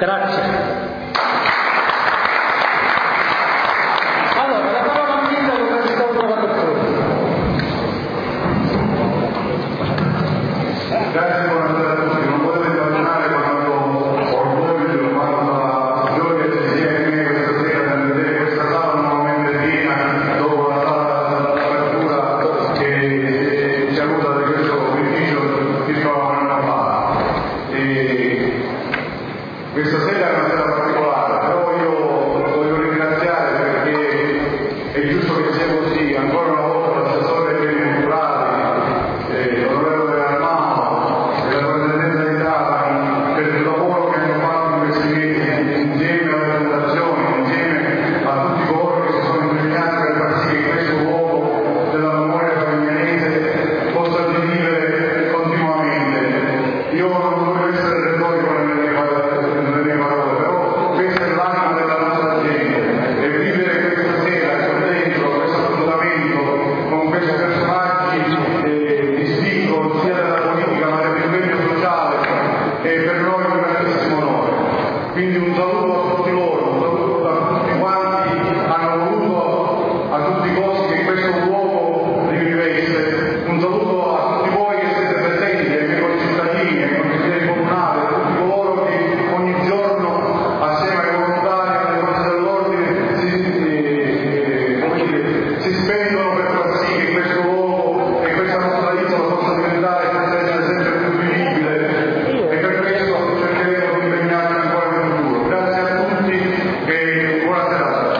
Grazie. Allora, la parola a Sindaco per il Stato della persona. Grazie, buonasera a tutti. Non potete immaginare quanto orgoglio, quanta gioia ci sia in me questa sera nel vedere questa sala nuovamente piena dopo la sala d'apertura che ci ha avuto da questo beneficio circa un anno fa. Questa sera è una sera particolare, però io voglio ringraziare perché è giusto che sia così. Ancora una volta l'assessore dei beni culturali, l'onorevole Armano e la Sovrintendenza di Trapani per il lavoro che hanno fatto in questi mesi insieme alle fondazioni, insieme a tutti coloro che si sono impegnati per far sì che questo luogo della memoria favignanese possa rivivere continuamente. Io non voglio essere retorico nelle mie parole, però questa è l'anima della nostra gente e vivere questa sera qui dentro questo appuntamento con questi personaggi di spicco sia della politica ma dell'impegno sociale è per noi un grandissimo onore. Quindi un saluto a tutti loro, un saluto a tutti quanti hanno voluto a tutti i costi che questo luogo rivivesse, un saluto a tutti voi che siete presenti, ai miei concittadini, ai consiglieri comunali, a tutti coloro che ogni giorno assieme ai volontari e alle forze dell'ordine si spendono per far sì che questo luogo e questa nostra isola possa diventare e possa essere sempre più vivibile e per questo cercheremo di impegnarci ancora nel futuro. Grazie a tutti e buona serata.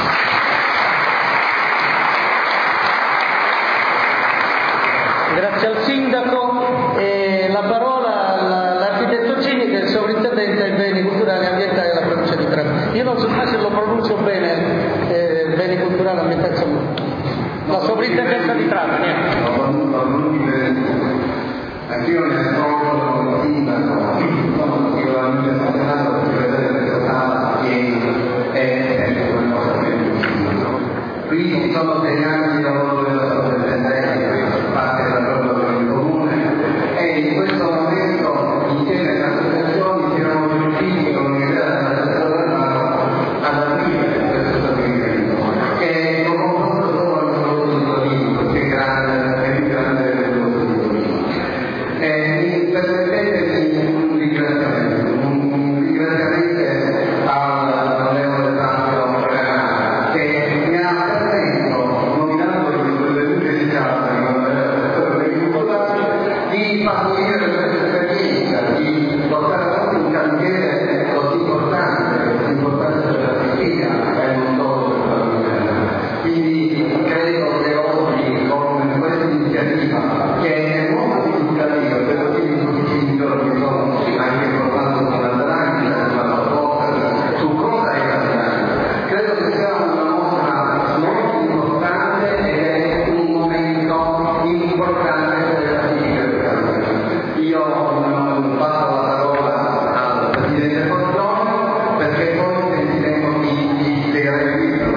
Grazie al Sindaco. La parola all'architetto Cini, che è il sovrintendente ai beni culturali e ambientali della provincia di Trapani. Io non so mai se lo pronuncio bene, beni culturali e ambientali, la sovrintendenza di Trapani. Anch'io ne ascolto con il sindaco, sono particolarmente emozionato perché vedere questa sala piena è sempre un nostro sindaco. Qui sono 6 anni di lavoro della sovrintendenza, parte della propria del comune e in questo momento insieme alle associazioni siamo riusciti con l'idea dell'assessore ad aprire questo stabilimento che è un confronto solo al prodotto di Torino, che è grande, è più grande del prodotto di Torino. Permettetemi un ringraziamento all'onorevole Fabio Ferrara che mi ha permesso, nominato l'università di favorire questa esperienza, di portare avanti un cantiere così importante per la Sicilia e non solo per la Sicilia. Quindi credo che oggi con questa iniziativa che è molto significativa per tutti i giorni sono anche parlando con l'Atlantica, con la proposta su cosa è l'Atlantica. Credo che sia una mostra molto importante ed è un momento importante per la Sicilia. Io passo la parola al Presidente Fortoni perché poi sentiremo di spiegare il libro.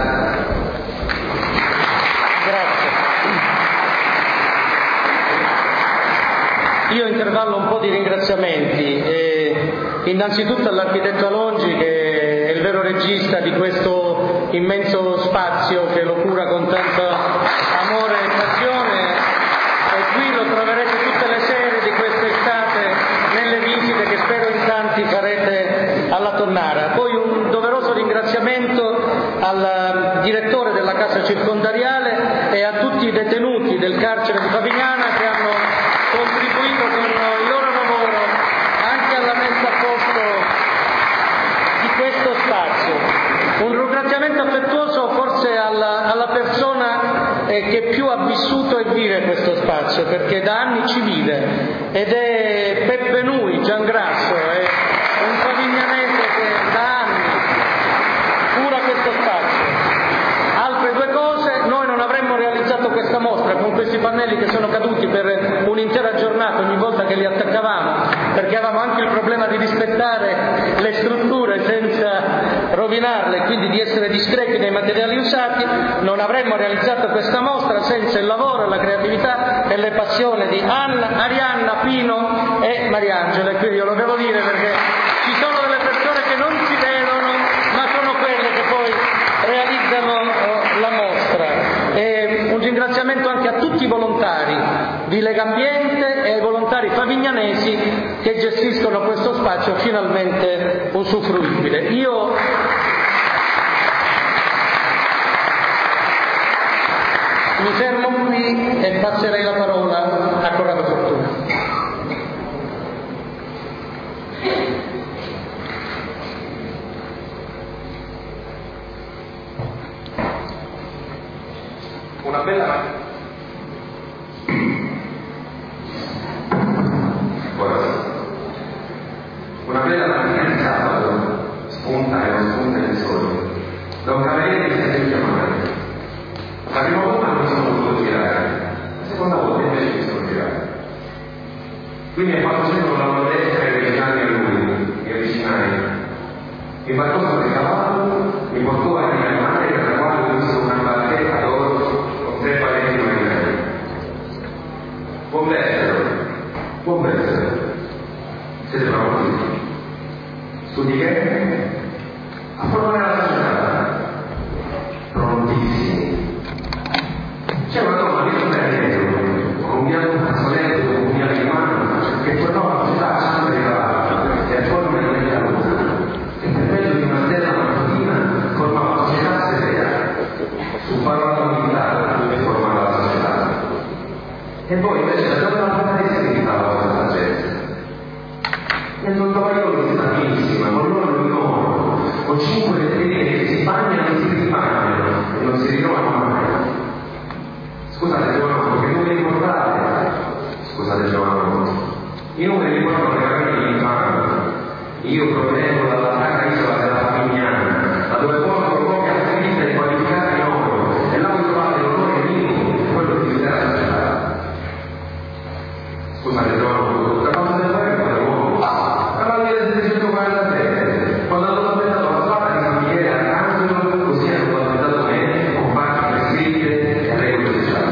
Io intervallo un po' di ringraziamenti, innanzitutto all'architetto Alongi che è il vero regista di questo immenso spazio che lo cura con tanto amore e passione e qui lo troverete tutte le sere di quest'estate nelle visite che spero in tanti farete alla Tonnara. Poi un doveroso ringraziamento al direttore della casa circondariale e a tutti i detenuti del carcere di Favignana che hanno contribuito con il loro lavoro anche alla messa a posto di questo spazio. Un ringraziamento affettuoso forse alla persona che più ha vissuto e vive questo spazio, perché da anni ci vive, ed è Peppe Nui, Giangrasso, è un favignanese che da anni cura questo spazio. Altre due cose: noi non avremmo realizzato questa mostra con questi pannelli che sono caduti per un'intera giornata ogni volta che li attaccavamo, perché avevamo anche il problema di rispettare le strutture senza rovinarle, quindi di essere discreti nei materiali usati. Non avremmo realizzato questa mostra senza il lavoro, la creatività e le passioni di Anna, Arianna, Pino e Mariangela. E quindi io lo devo dire perché ci sono delle persone tutti i volontari di Legambiente e ai volontari favignanesi che gestiscono questo spazio finalmente usufruibile. Io mi fermo qui e passerei la parola a Corrado Fortuna. Una bella mattina di sabato spunta e non spunta il sole. Da un cameriere mi sento chiamare. La prima volta non mi sono potuto girare, la seconda volta invece mi sono girato. Quindi mi ha fatto cenno con la mano destra e avvicinarmi a lui, mi avvicinai. Mi parlò sopra il cavallo, mi portò a mia madre per la quale ho visto una barchetta d'oro con 3 paletti marinai. Buon verso, siete pronti? Su di che? A formare la società. Prontissimi. C'è una donna che non è dietro, con un bianco fazzoletto, con un bianco in mano, che formava la società a sangue di cavallo e a forma di media rosa. E per mezzo di una stella mattutina formava la società severa. Su parola militare e formava la società. E poi invece la giovane patria si invitava a la gente. E non trovaio di stanissima, con loro in oro, con 5 lettere che si bagnano e si ribagnano e non si ritrovano mai. Scusate Giovanni, che numeri ricordate? Scusate Giovanni, i numeri ricordano le cammini di mano. Io provengo dalla sacra isola della Favignana, da dove porto copia scritta e qualificata in oro, e là voi trovate l'onore minimo, quello di guidare la città. Scusate Giovanni, da quando se ne fa l'uomo? Parlavo del 743, quando hanno completato la strada di San Michele Arcangelo, così hanno completato me, con parti prescritte e regole sociali.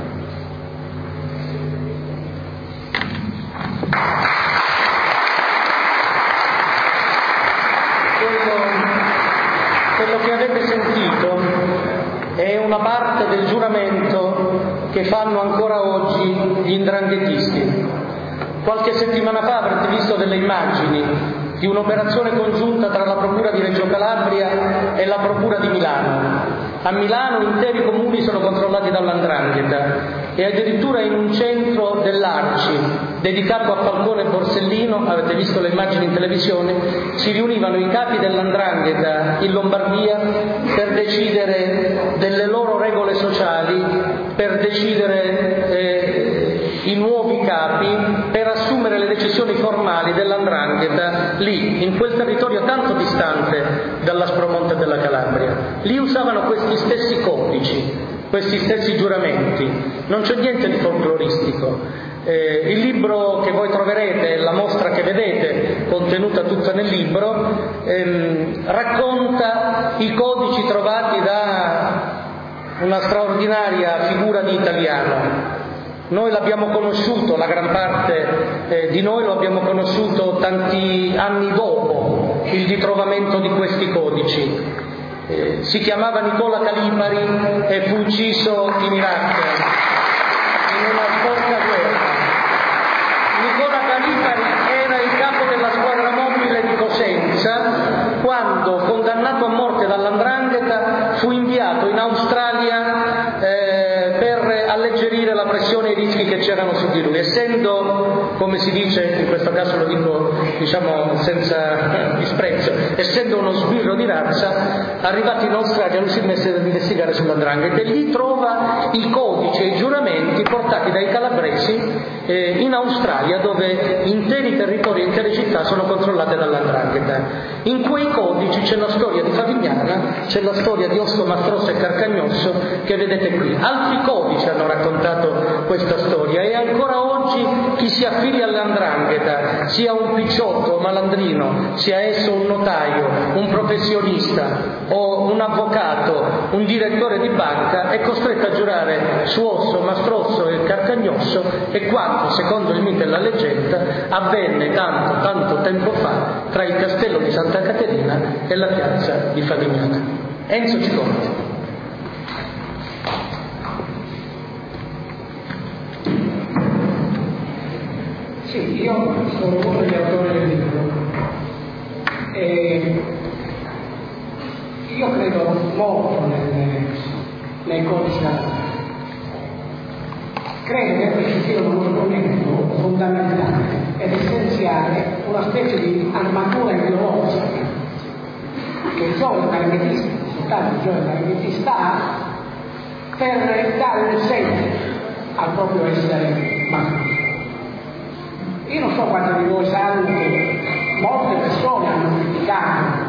Quello che avete sentito è una parte del giuramento che fanno ancora oggi gli 'ndranghetisti. Qualche settimana fa avrete visto delle immagini di un'operazione congiunta tra la Procura di Reggio Calabria e la Procura di Milano. A Milano interi comuni sono controllati dall''ndrangheta e addirittura in un centro dell'Arci dedicato a Falcone e Borsellino, avete visto le immagini in televisione, si riunivano i capi dell''ndrangheta in Lombardia per decidere delle loro regole sociali, per decidere i nuovi capi, per assumere le decisioni formali dell''ndrangheta lì, in quel territorio tanto distante dall'Aspromonte della Calabria. Lì usavano questi stessi codici, questi stessi giuramenti. Non c'è niente di folcloristico. Il libro che voi troverete, la mostra che vedete, contenuta tutta nel libro, racconta i codici trovati da una straordinaria figura di italiano. Noi l'abbiamo conosciuto, la gran parte di noi lo abbiamo conosciuto tanti anni dopo il ritrovamento di questi codici. Si chiamava Nicola Calipari e fu ucciso in Iraq in una sporca guerra. Nicola Calipari era il capo della squadra mobile di Cosenza quando, condannato a morte dall''ndrangheta, fu inviato in Australia per alleggerire la pressione e i rischi che c'erano su di lui. Essendo, come si dice, in questo caso lo dico senza disprezzo, essendo uno sbirro di razza, arrivato in Australia lui si messe ad investigare sull''ndrangheta e lì trova i codici e i giuramenti portati dai calabresi in Australia, dove interi territori e intere città sono controllate dall''ndrangheta. In quei codici c'è la storia di Favignana, c'è la storia di Osco Mastrosso e Carcagnosso che vedete qui. Altri codici hanno raccontato questa storia e ancora oggi chi si affilia all''ndrangheta, sia un picciotto o malandrino, sia esso un notaio, un professionista o un avvocato, un direttore di banca, è costretto a giurare su Osso, Mastrosso e Carcagnosso e quanto, secondo il mito e la leggenda, avvenne tanto tempo fa tra il castello di Santa Caterina e la piazza di Favignana. Enzo Ciconti. Sì, io sono uno degli autori del libro e io credo molto nei codici naturali. Credo che ci sia uno strumento fondamentale ed essenziale, una specie di armatura ideologica che il giovane clarinetista, soltanto il giovane clarinetista ha per dare un senso al proprio essere maturo. Io non so quanti di voi sanno che molte persone hanno criticato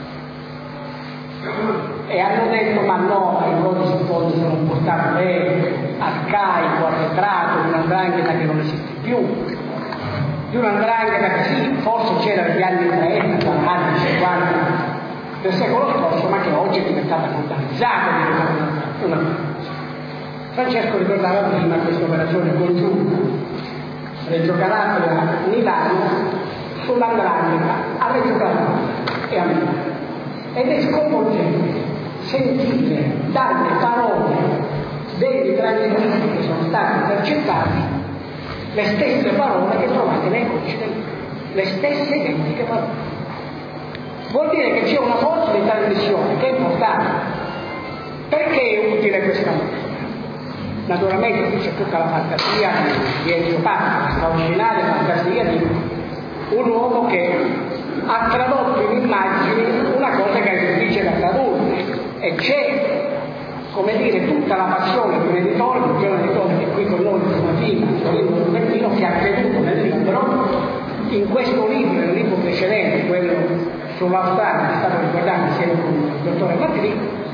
e hanno detto ma no, i codici in fondo sono un portato vero, arcaico, arretrato, di un'andrangheta che non esiste più, di un'andrangheta che sì, forse c'era negli anni 30, negli anni 50 del secolo scorso, ma che oggi è diventata globalizzata, è diventata una cosa. Francesco ricordava prima questa operazione congiunta Reggio Calabria, Milano, sull'andrangheta a Reggio Calabria e a Milano. Ed è sconvolgente sentire dalle parole dei clarinetisti che sono stati intercettati le stesse parole che trovate nei codici del libro, le stesse identiche parole. Vuol dire che c'è una forza di trasmissione che è importante. Perché è utile questa cosa? Naturalmente qui c'è tutta la fantasia di Enzo Pazzi, la straordinaria fantasia di un uomo che ha tradotto in immagini una cosa che è difficile da tradurre, e c'è, come dire, tutta la passione di un editore, un giovane editore che è qui con noi stamattina, Torino Bertino, che ha creduto nel libro, in questo libro, nel libro precedente, quello sull'Australia, che è stato ricordato insieme con il dottore Matri,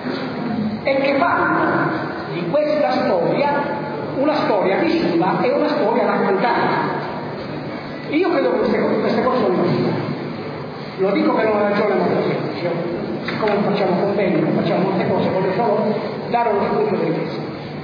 e che fanno di questa storia una storia visiva e una storia raccontata. Io credo che queste cose sono importanti. Lo dico per una ragione molto semplice. Siccome non facciamo convegni, non facciamo molte cose, voglio solo dare uno spunto di vista.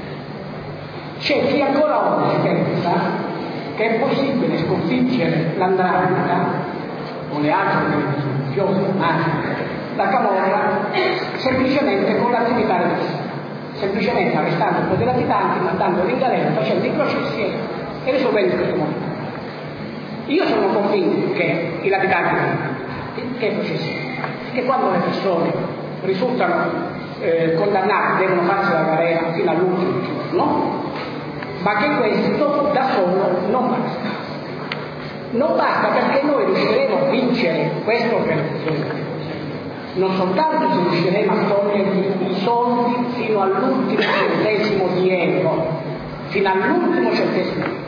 C'è chi ancora oggi pensa che è possibile sconfiggere l'andrangheta o le altre organizzazioni, la camorra, semplicemente con l'attività repressiva, semplicemente arrestando un po' di latitanti, mandandoli in galera, facendo i processi e risolvendo questo modo. Io sono convinto che i latitanti, che è processi, che quando le persone risultano condannate devono farsi la galera fino all'ultimo giorno, ma che questo da solo non basta. Non basta perché noi riusciremo a vincere questa organizzazione non soltanto se riusciremo a togliergli i soldi fino all'ultimo centesimo di euro, fino all'ultimo centesimo di euro,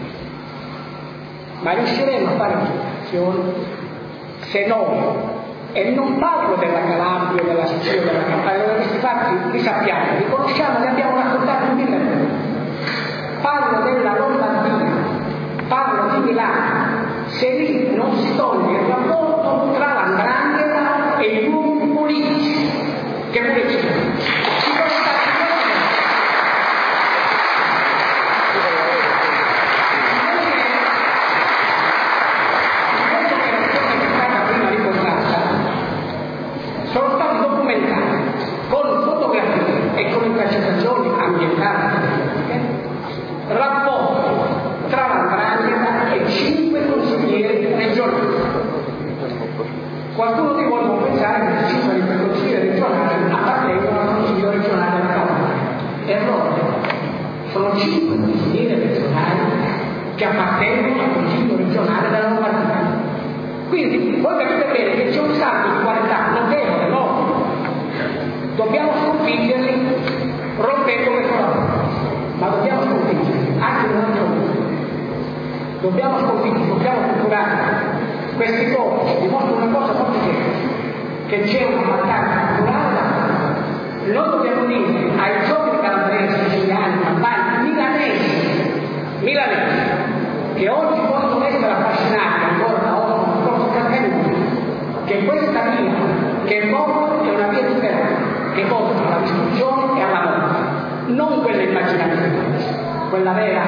ma riusciremo a fare un'operazione se noi, e non parlo della Calabria, della Sicilia, della Campania, dove questi fatti li sappiamo, li conosciamo, li abbiamo raccontati in 1000 volte, parlo della Lombardia, parlo di Milano, se lì non si toglie il rapporto tra l'andrangheta e i gruppi politici, che pure ci sono stati sono stati documentati con fotografie e con intercettazioni ambientali rapporti tra l'andrangheta e 5 consiglieri regionali. Qualcuno di voi può pensare che i 5 consiglieri regionali appartengono al Consiglio regionale della Calabria. Errore. Sono 5 consiglieri regionali che appartengono al Consiglio regionale della Lombardia. Quindi voi capite bene che c'è un salto di qualità notevole, no? Dobbiamo sconfiggerli rompendo questo lavoro, ma dobbiamo sconfiggerli anche in un altro modo. Dobbiamo sconfiggerli, dobbiamo curare questi codici. Dimostra una cosa molto semplice, che c'è una mancanza culturale. Noi dobbiamo dire ai giovani calabresi, siciliani, campani, milanesi, che oggi possono essere affascinati ancora da oggi che questa via che è morta è una via di speranza che porta alla distruzione e alla morte, non quella immaginativa, quella vera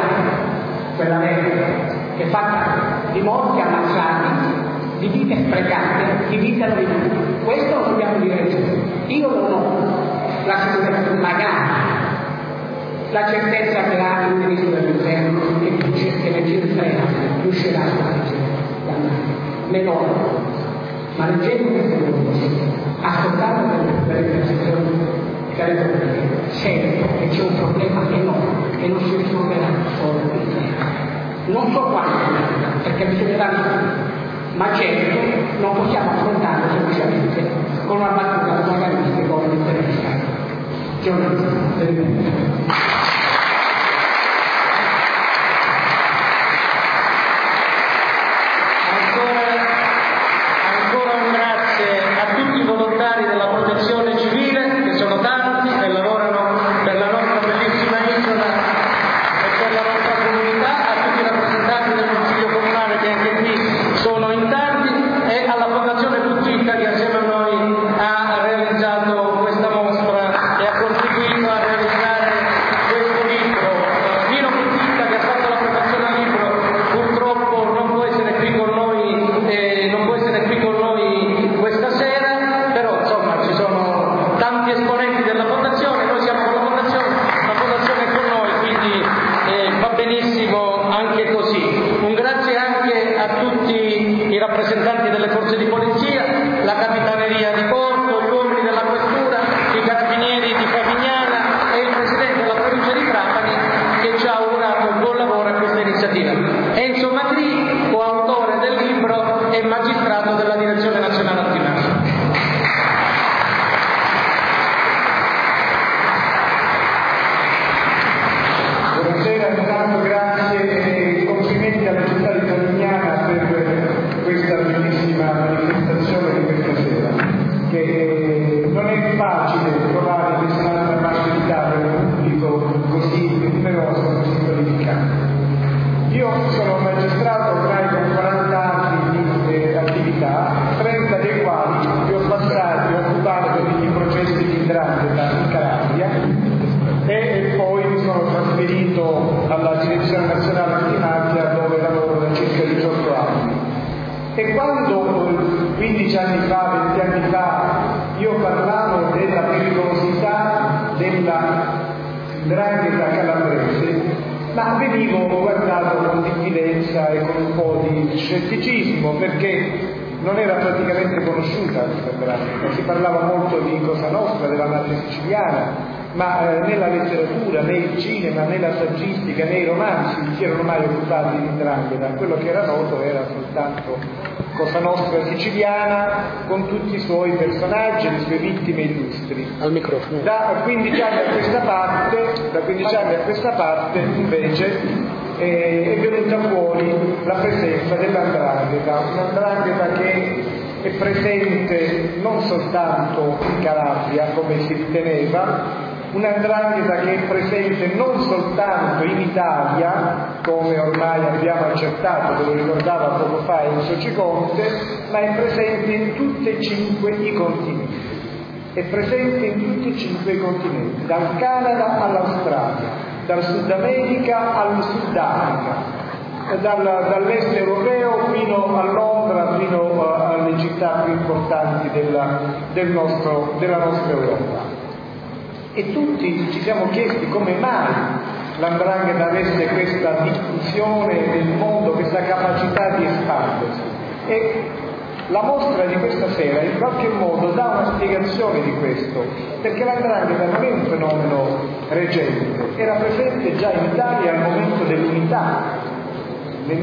che è fatta di morti ammazzati, di vite sprecate, di vite rovinate. Questo lo dobbiamo dire. Io non ho la sicurezza, magari la certezza che ha il ministro dell'interno che leggere frena riuscirà a leggere Meloni, ma leggendo queste cose, ascoltando le riflessioni sento che c'è un problema enorme che non si risolverà solo in frena. Non so quanto, perché bisognerà ma certo non possiamo affrontarlo semplicemente con una battuta propagandistica o un'intervista giornalistica. Ancora un grazie a tutti i volontari della protezione civile, che sono tanti e lavorano per la nostra bellissima isola e per la nostra comunità, a tutti i rappresentanti del Consiglio Comunale che anche qui sono in tanti, e alla Fondazione Fugitta che assieme a noi ha realizzato questa mostra e ha contribuito a realizzare questo libro. Nino Fugitta, che ha fatto la prefazione al libro, purtroppo non può essere qui con noi questa sera, però insomma ci sono tanti esponenti della Fondazione, noi siamo con la Fondazione è con noi, quindi va benissimo anche così. Un grazie anche a tutti i rappresentanti delle forze di polizia, la Capitaneria di Porto, gli uomini della Questura, i Carabinieri di Favignana e il Presidente della Provincia di Trapani, che ci ha augurato un buon lavoro a questa iniziativa. Enzo Magri, coautore del libro e magistrato della Direzione Nazionale Antimafia. Buonasera, intanto grazie e complimenti alla città di Favignana per questa bellissima manifestazione di questa sera, che non è facile trovare quest'altra parte d'Italia per un pubblico così numeroso, così qualificato. Io sono magistrato ormai con 40 anni di attività, 30 dei quali li ho passati occupandomi di processi di 'ndrangheta in Calabria, e poi mi sono trasferito alla Direzione Nazionale Antimafia, dove lavoro da circa 18 anni. E quando 15 anni fa, 20 anni fa, io parlavo della pericolosità della 'ndrangheta calabrese, ma venivo guardato con diffidenza e con un po' di scetticismo, perché non era praticamente conosciuta questa 'ndrangheta. Si parlava molto di Cosa Nostra, della mafia siciliana, ma nella letteratura, né il cinema, né la saggistica, né i romanzi si erano mai occupati di 'ndrangheta. Quello che era noto era soltanto Cosa Nostra siciliana, con tutti i suoi personaggi e le sue vittime illustri. Al microfono. Da 15 anni a questa parte invece è venuta fuori la presenza della 'ndrangheta, una 'ndrangheta che è presente non soltanto in Calabria come si riteneva, una 'ndrangheta che è presente non soltanto in Italia, come ormai abbiamo accertato, ve lo ricordava poco fa Enzo Ciconte, ma è presente in tutti e 5 i continenti. È presente in tutti e 5 i continenti, dal Canada all'Australia, dal Sud America al Sud Africa, dall'est europeo fino a Londra, fino alle città più importanti della nostra Europa. E tutti ci siamo chiesti come mai la 'ndrangheta avesse questa diffusione nel mondo, questa capacità di espandersi. E la mostra di questa sera in qualche modo dà una spiegazione di questo, perché la 'ndrangheta non è un fenomeno recente, era presente già in Italia al momento dell'unità. Nel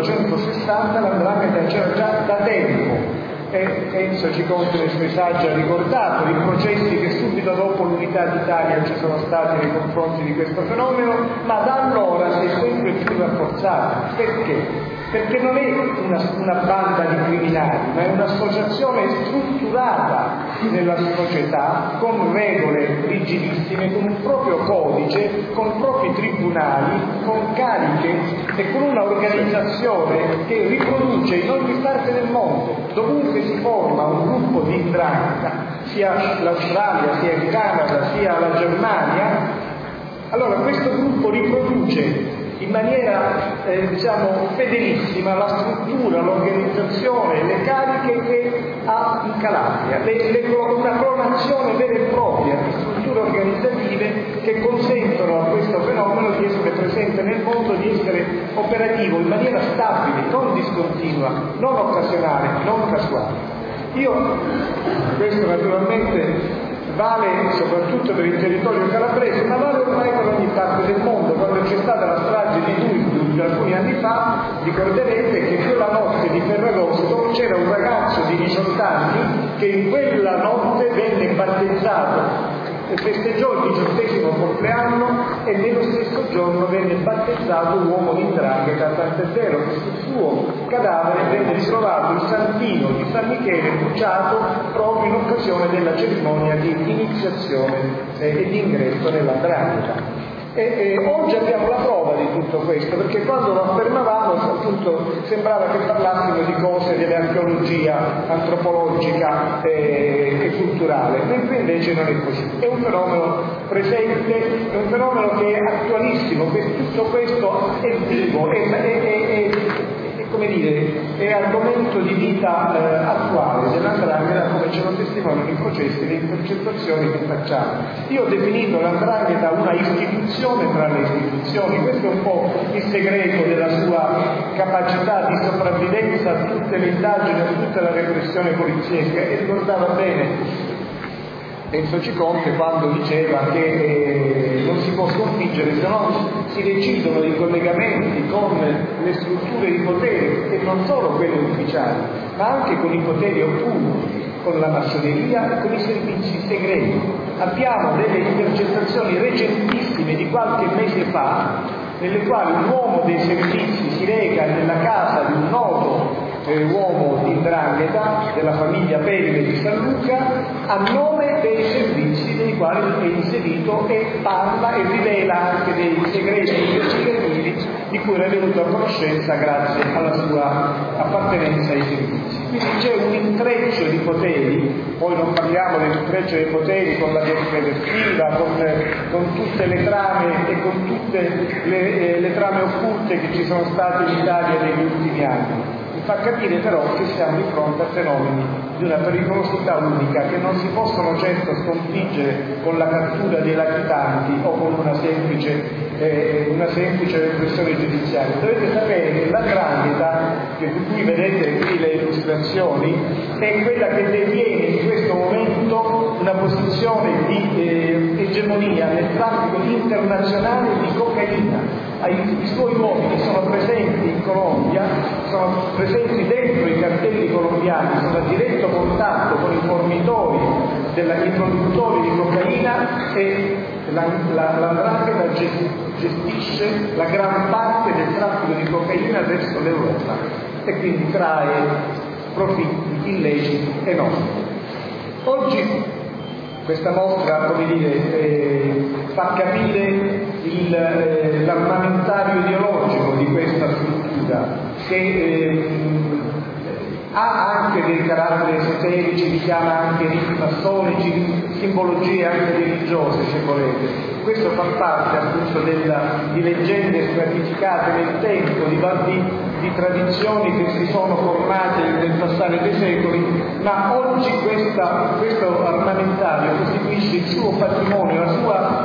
1860 la 'ndrangheta c'era già da tempo. E Enzo Ciconte nei suoi saggi ha ricordato i processi che subito dopo l'unità d'Italia ci sono stati nei confronti di questo fenomeno, ma da allora si è sempre più rafforzata. Perché? Perché non è una banda di criminali, ma è un'associazione strutturata nella società, con regole rigidissime, con un proprio codice, con propri tribunali, con cariche e con una organizzazione che riproduce in ogni parte del mondo. Dovunque si forma un gruppo di 'ndrangheta, sia l'Australia, sia il Canada, sia la Germania, allora questo gruppo riproduce in maniera fedelissima la struttura, l'organizzazione, le cariche che ha in Calabria, una clonazione vera e propria di strutture organizzative che consentono a questo presente nel mondo, di essere operativo in maniera stabile, non discontinua, non occasionale, non casuale. Questo naturalmente vale soprattutto per il territorio calabrese, ma vale ormai per ogni parte del mondo. Quando c'è stata la strage di Duisburg alcuni anni fa, ricorderete che quella notte di Ferragosto c'era un ragazzo di 18 anni che in quella notte venne battezzato, festeggiò il 18° compleanno e nello stesso giorno venne battezzato un uomo di 'ndrangheta, tant'è vero che sul suo cadavere venne ritrovato il santino di San Michele bruciato proprio in occasione della cerimonia di iniziazione e di ingresso nella 'ndrangheta. Oggi abbiamo la prova di tutto questo, perché quando lo affermavamo appunto sembrava che parlassimo di cose dell'archeologia antropologica e culturale, mentre invece non è così. È un fenomeno presente, è un fenomeno che è attualissimo, che tutto questo è vivo, è argomento di vita attuale dell''ndrangheta, come ce lo testimoniano i processi, le intercettazioni che facciamo. Io ho definito l''ndrangheta una istituzione tra le istituzioni. Questo è un po' il segreto della sua capacità di sopravvivenza a tutte le indagini, a tutta la repressione poliziesca, e ricordava bene Enzo Ciconte quando diceva che non si può sconfiggere se non si decidono i collegamenti con le strutture di potere, e non solo quelle ufficiali, ma anche con i poteri occulti, con la massoneria e con i servizi segreti. Abbiamo delle intercettazioni recentissime di qualche mese fa, nelle quali un uomo dei servizi si reca nella casa di un noto uomo di 'ndrangheta della famiglia Pelle di San Luca a nome dei servizi nei quali è inserito, e parla e rivela anche dei segreti investigativi di cui era venuto a conoscenza grazie alla sua appartenenza ai servizi. Quindi c'è un intreccio di poteri, poi non parliamo dell'intreccio dei poteri con la repressiva, con tutte le trame e con tutte le trame occulte che ci sono state in Italia negli ultimi anni. Fa capire però che siamo di fronte a fenomeni di una pericolosità unica che non si possono certo sconfiggere con la cattura dei latitanti o con una semplice repressione giudiziaria. Dovete sapere che l''ndrangheta, di cui vedete qui le illustrazioni, è quella che detiene in questo momento una posizione di egemonia nel traffico internazionale di cocaina. I suoi uomini sono presenti in Colombia, sono presenti dentro i cartelli colombiani, sono a diretto contatto con i fornitori, i produttori di cocaina, e l''ndrangheta gestisce la gran parte del traffico di cocaina verso l'Europa e quindi trae profitti illeciti enormi. Oggi questa mostra, fa capire l'armamentario ideologico di questa struttura, che ha anche dei caratteri esoterici, richiama anche riti massonici, simbologie anche religiose, se volete. Questo fa parte appunto di leggende stratificate nel tempo, di tradizioni che si sono formate nel passare dei secoli, ma oggi questo armamentario costituisce il suo patrimonio, la sua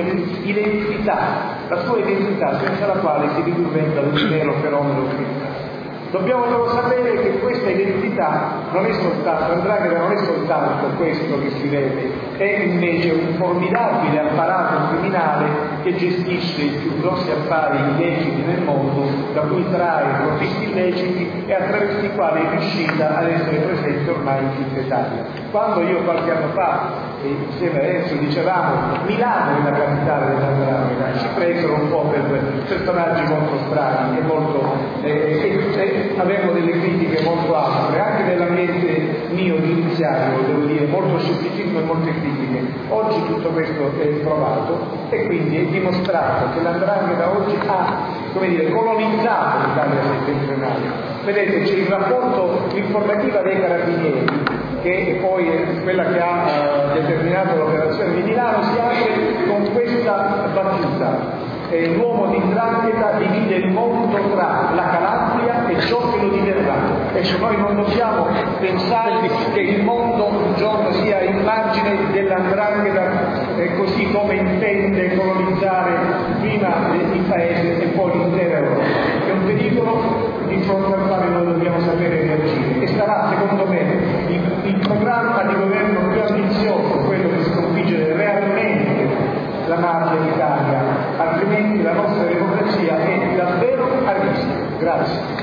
identità, senza la quale si diventa un vero fenomeno criminale. Dobbiamo però sapere che questa identità non è soltanto, l''ndrangheta non è soltanto questo che si vede, è invece un formidabile apparato criminale che gestisce i più grossi affari illeciti nel mondo, da cui trae profitti illeciti e attraverso i quali è riuscita ad essere presente ormai in tutta Italia. Quando io qualche anno fa, insieme a Enzo, dicevamo Milano è la capitale dell''ndrangheta, ci presero un po' per personaggi molto strani e avevo delle critiche molto aspre, anche nell'ambiente mio giudiziario, devo dire, molto scetticismo e molte critiche. Oggi tutto questo è provato e quindi è dimostrato che l''ndrangheta oggi ha, colonizzato l'Italia settentrionale. Vedete, c'è il rapporto, l'informativa dei carabinieri, che poi è quella che ha determinato l'operazione di Milano, si apre con questa battuta. l'uomo di 'ndrangheta divide il mondo tra la Calabria e ciò che lo diverrà. Adesso noi non possiamo pensare che il mondo un giorno sia immagine della 'ndrangheta così come intende colonizzare prima il paese e poi l'intera Europa. È un pericolo di fronte al quale noi dobbiamo sapere reagire e sarà secondo me il programma di governo più ambizioso quello di sconfiggere realmente la mafia in Italia, altrimenti la nostra democrazia è davvero a rischio. Grazie.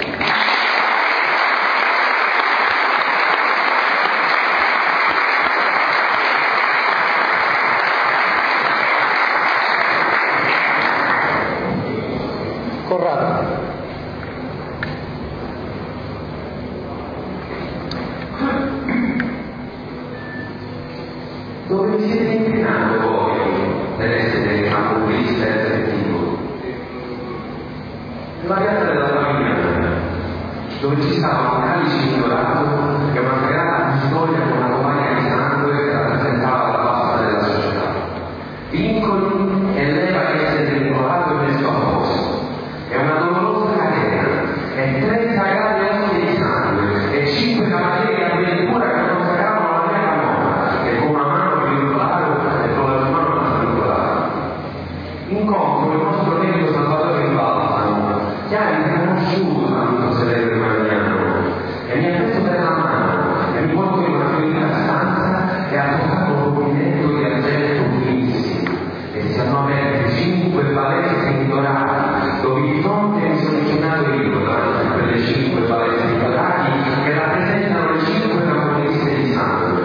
Corrado. Dove vi siete inclinati voi per essere populista e effettivo? La piazza della famiglia, dove ci stava un calice ignorato e una creata storia con una compagna di sangue che rappresentava la base della società. Vincoli e leva che essere vincolato e messo a posto. È una dolorosa catena, e 30 gradi occhi di sangue, e 5 cavalieri addirittura che non sagavano la mia camona, e con una mano vincolato e con la mano vincolato. Incontro il nostro medico Salvatore Balsamo, che ha riconosciuto tanto Severo Magnano, e mi ha preso per la mano, e mi porto in una pulita stanza e ha portato un rubinetto di argento purissimo, e si hanno aperti 5 palestre dorate, dove di fronte mi sono inclinato io davanti per le 5 palestre dorate che rappresentano le 5 capoliste di sangue.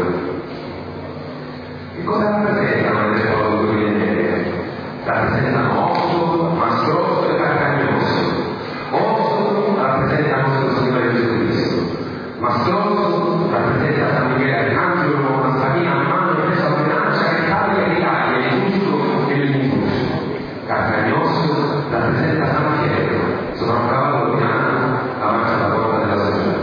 Che cosa rappresentano le foto che vi vedete? Rappresentano osso, mastroso e carcagnoso. Osso rappresenta nostro Signore Gesù Cristo. Mastroso rappresenta San Michele Arcangelo con una spadina a mano e preso a minaccia che taglia e ritaglia il giusto e l'ingiusto. Carcagnoso rappresenta San Pietro, sopra un cavallo bianco davanti alla porta della società.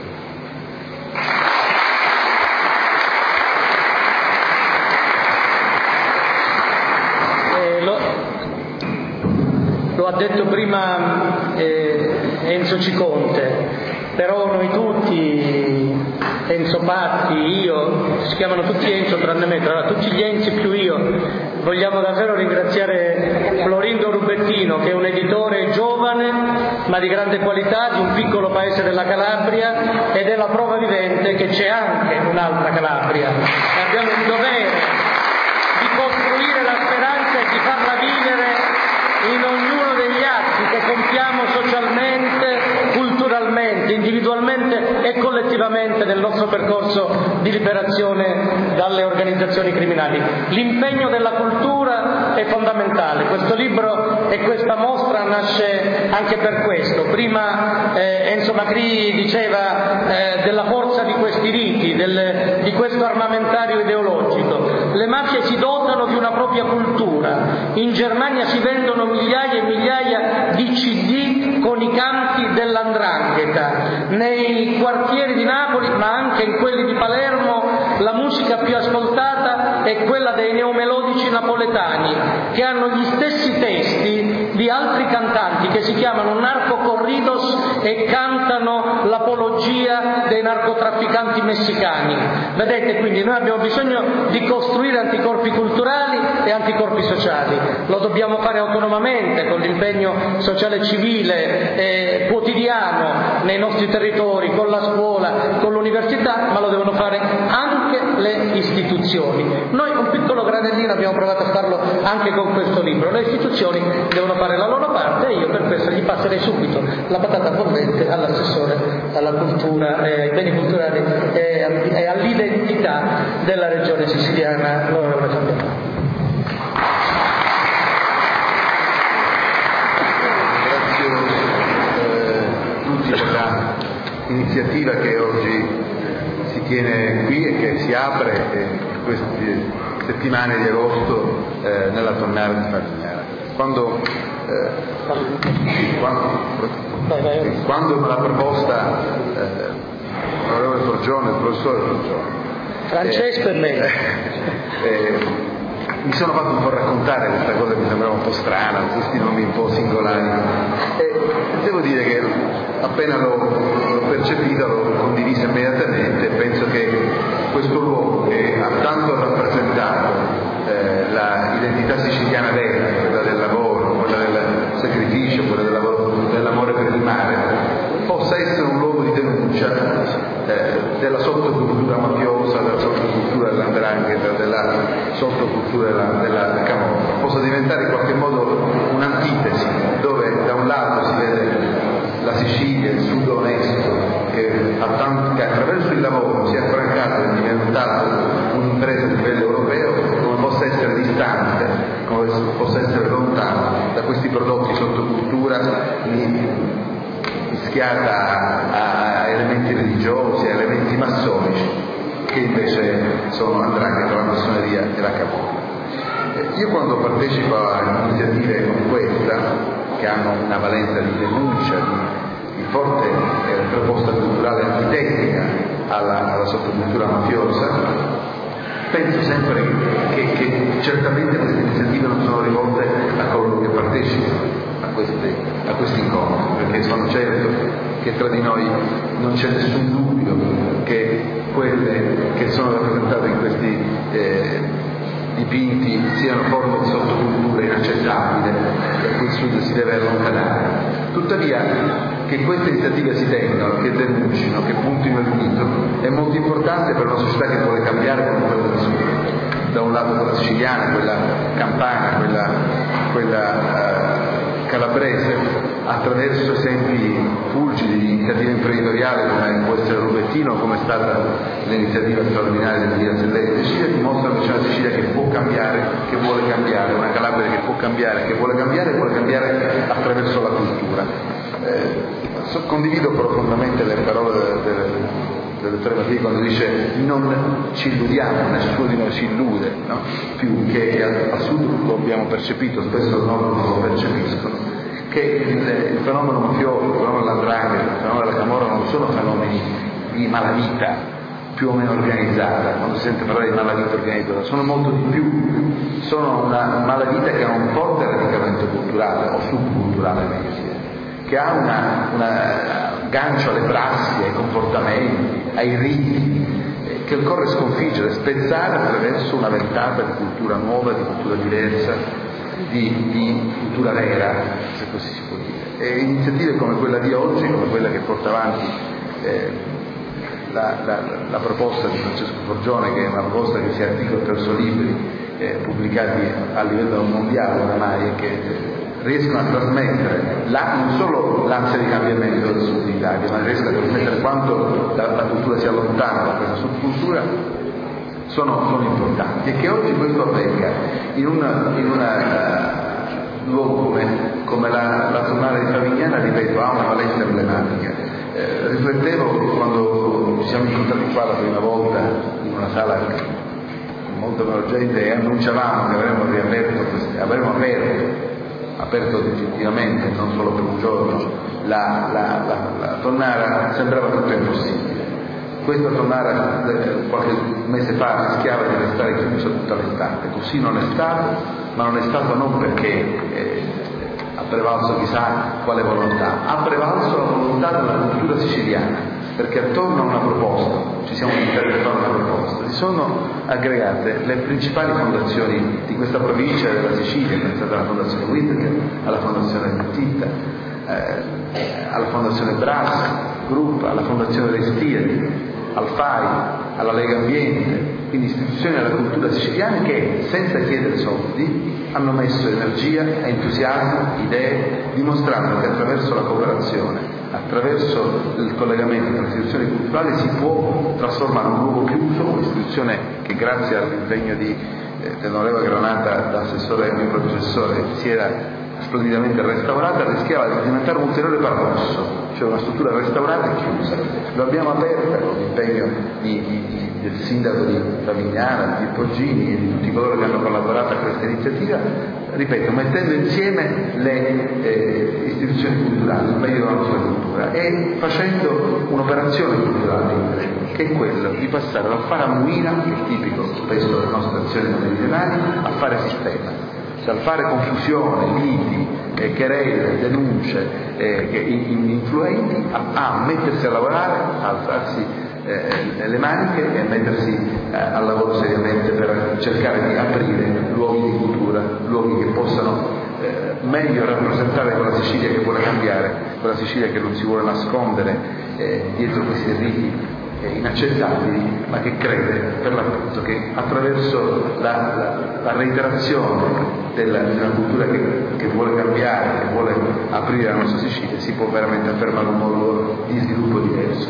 Lo ha detto prima Enzo Ciconte, però noi tutti, Enzo Patti, io, si chiamano tutti Enzo tranne me, tra tutti gli Enzi più io, vogliamo davvero ringraziare Florindo Rubettino, che è un editore giovane ma di grande qualità di un piccolo paese della Calabria, ed è la prova vivente che c'è anche un'altra Calabria e abbiamo il dovere di costruire la speranza e di farla vivere in ognuno degli atti che compiamo socialmente, culturalmente, individualmente e collettivamente nel nostro percorso di liberazione dalle organizzazioni criminali. L'impegno della cultura è fondamentale. Questo libro e questa mostra nasce anche per questo. Prima Enzo Macri diceva della forza di questi riti, di questo armamentario ideologico. Le mafie si dotano di una propria cultura. In Germania si vendono migliaia e migliaia di CD con i canti dell''ndrangheta. Nei quartieri di Napoli, ma anche in quelli di Palermo, la musica più ascoltata è quella dei neomelodici napoletani, che hanno gli stessi testi di altri cantanti che si chiamano narcocorridos e cantano l'apologia dei narcotrafficanti messicani. Vedete, quindi noi abbiamo bisogno di costruire anticorpi culturali e anticorpi sociali. Lo dobbiamo fare autonomamente, con l'impegno sociale e civile quotidiano nei nostri territori, con la scuola, con l'università, ma lo devono fare anche le istituzioni. Noi un piccolo granellino abbiamo provato a farlo anche con questo libro. Le istituzioni devono fare la loro parte e io per questo gli passerei subito la patata bollente all'assessore alla cultura, ai beni culturali e all'identità della regione siciliana, l'onorevole Fabiano. Iniziativa che oggi si tiene qui e che si apre in queste settimane di agosto nella Tonnara di Favignana. Quando me l'ha proposta l'onorevole Forgione, il professore Forgione, Francesco e me, mi sono fatto un po' raccontare questa cosa, mi sembrava un po' strana, questi nomi un po' singolari, e devo dire che appena l'ho percepito l'ho condiviso immediatamente. Penso che questo luogo, che ha tanto rappresentato l'identità siciliana vera, quella del lavoro, quella del sacrificio, quella dell'amore per il mare, possa essere un luogo di denuncia della sottocultura mafiosa, della sottocultura dell''ndrangheta, della sottocultura della camorra, possa diventare in qualche modo un'antitesi, dove da un lato si vede la Sicilia, il sud onesto, che attraverso il lavoro si è affrancato e è diventato un'impresa di livello europeo, come possa essere distante, come possa essere lontano da questi prodotti sottocultura mischiata a elementi religiosi, a elementi massonici, che invece sono 'ndrangheta, la massoneria e la camorra. Io quando partecipo a iniziative come questa, che hanno una valenza di denuncia, di forte proposta culturale antitecnica alla sottocultura mafiosa, penso sempre che certamente queste iniziative non sono rivolte a coloro che partecipano a questi incontri, perché sono certo che tra di noi non c'è nessun dubbio che quelle che sono rappresentate in questi dipinti siano forme di sottocultura inaccettabile da cui il Sud si deve allontanare. Tuttavia, che queste iniziative si tengano, che denuncino, che puntino il dito, è molto importante per una società che vuole cambiare come quella del Sud. Da un lato quella siciliana, quella campana, quella calabrese, attraverso esempi fulgidi di iniziative imprenditoriali come può essere Rubettino, come è stata l'iniziativa straordinaria di Via Selletti. Sicilia dimostra che c'è una Sicilia che può cambiare, che vuole cambiare, una Calabria che può cambiare, che vuole cambiare attraverso la cultura. Condivido profondamente le parole del dottore Mattei quando dice: non ci illudiamo, nessuno di noi si illude, no? Più che al Sud lo abbiamo percepito, spesso al Nord non lo percepiscono, che il fenomeno mafioso, il fenomeno dell''ndrangheta, il fenomeno della camorra non sono fenomeni di malavita più o meno organizzata. Quando si sente parlare di malavita organizzata, sono molto di più, sono una malavita che ha un forte radicamento culturale o subculturale, meglio dire, che ha una gancio alle prassi, ai comportamenti, ai riti, che occorre sconfiggere, spezzare attraverso una ventata di cultura nuova, di cultura diversa, di cultura vera, se così si può dire. E iniziative come quella di oggi, come quella che porta avanti la proposta di Francesco Forgione, che è una proposta che si articola attraverso libri pubblicati a livello mondiale oramai, e che riescono a trasmettere non solo l'ansia di cambiamento del Sud Italia, ma riescono a trasmettere quanto la cultura sia lontana da questa subcultura, sono importanti. E che oggi questo avvenga in un luogo come la Tonnara di Favignana, ripeto, ha una valenza emblematica. Riflettevo quando ci siamo incontrati qua la prima volta in una sala con molta meno gente, e annunciavamo che avremmo aperto definitivamente, non solo per un giorno, la Tonnara, sembrava tutto impossibile. Questa Tonnara qualche mese fa rischiava di restare chiusa tutta l'estate. Così non è stato, ma non è stato non perché ha prevalso chissà quale volontà, ha prevalso la volontà della cultura siciliana, perché attorno a una proposta, ci siamo invitati a fare una proposta, si sono aggregate le principali fondazioni di questa provincia e della Sicilia, pensate alla Fondazione Whittaker, alla Fondazione Titta, alla Fondazione Brass Group, alla Fondazione Restieri, al FAI, alla Lega Ambiente, quindi istituzioni della cultura siciliana che senza chiedere soldi hanno messo energia, entusiasmo, idee, dimostrando che attraverso la cooperazione, attraverso il collegamento tra istituzioni culturali si può trasformare un luogo chiuso, un'istituzione che grazie all'impegno dell'onorevole Granata da assessore e membro professore si era splendidamente restaurata, rischiava di diventare un ulteriore paradosso, cioè una struttura restaurata e chiusa. Lo abbiamo aperta con l'impegno del sindaco di Favignana, di Poggini e di tutti coloro che hanno collaborato a questa iniziativa, ripeto, mettendo insieme le istituzioni culturali, il meglio della nostra cultura, e facendo un'operazione culturale che è quello di passare dal fare a muina, che è tipico spesso delle nostre azioni meridionali, a fare sistema, dal fare confusione, liti, querele, denunce influenti, a mettersi a lavorare, a alzarsi le maniche e mettersi al lavoro seriamente per cercare di aprire luoghi di cultura, luoghi che possano meglio rappresentare quella Sicilia che vuole cambiare, quella Sicilia che non si vuole nascondere dietro questi riti inaccettabili, ma che crede per l'appunto che attraverso la reiterazione di una cultura che vuole cambiare, che vuole aprire la nostra Sicilia, si può veramente affermare un modo di sviluppo diverso.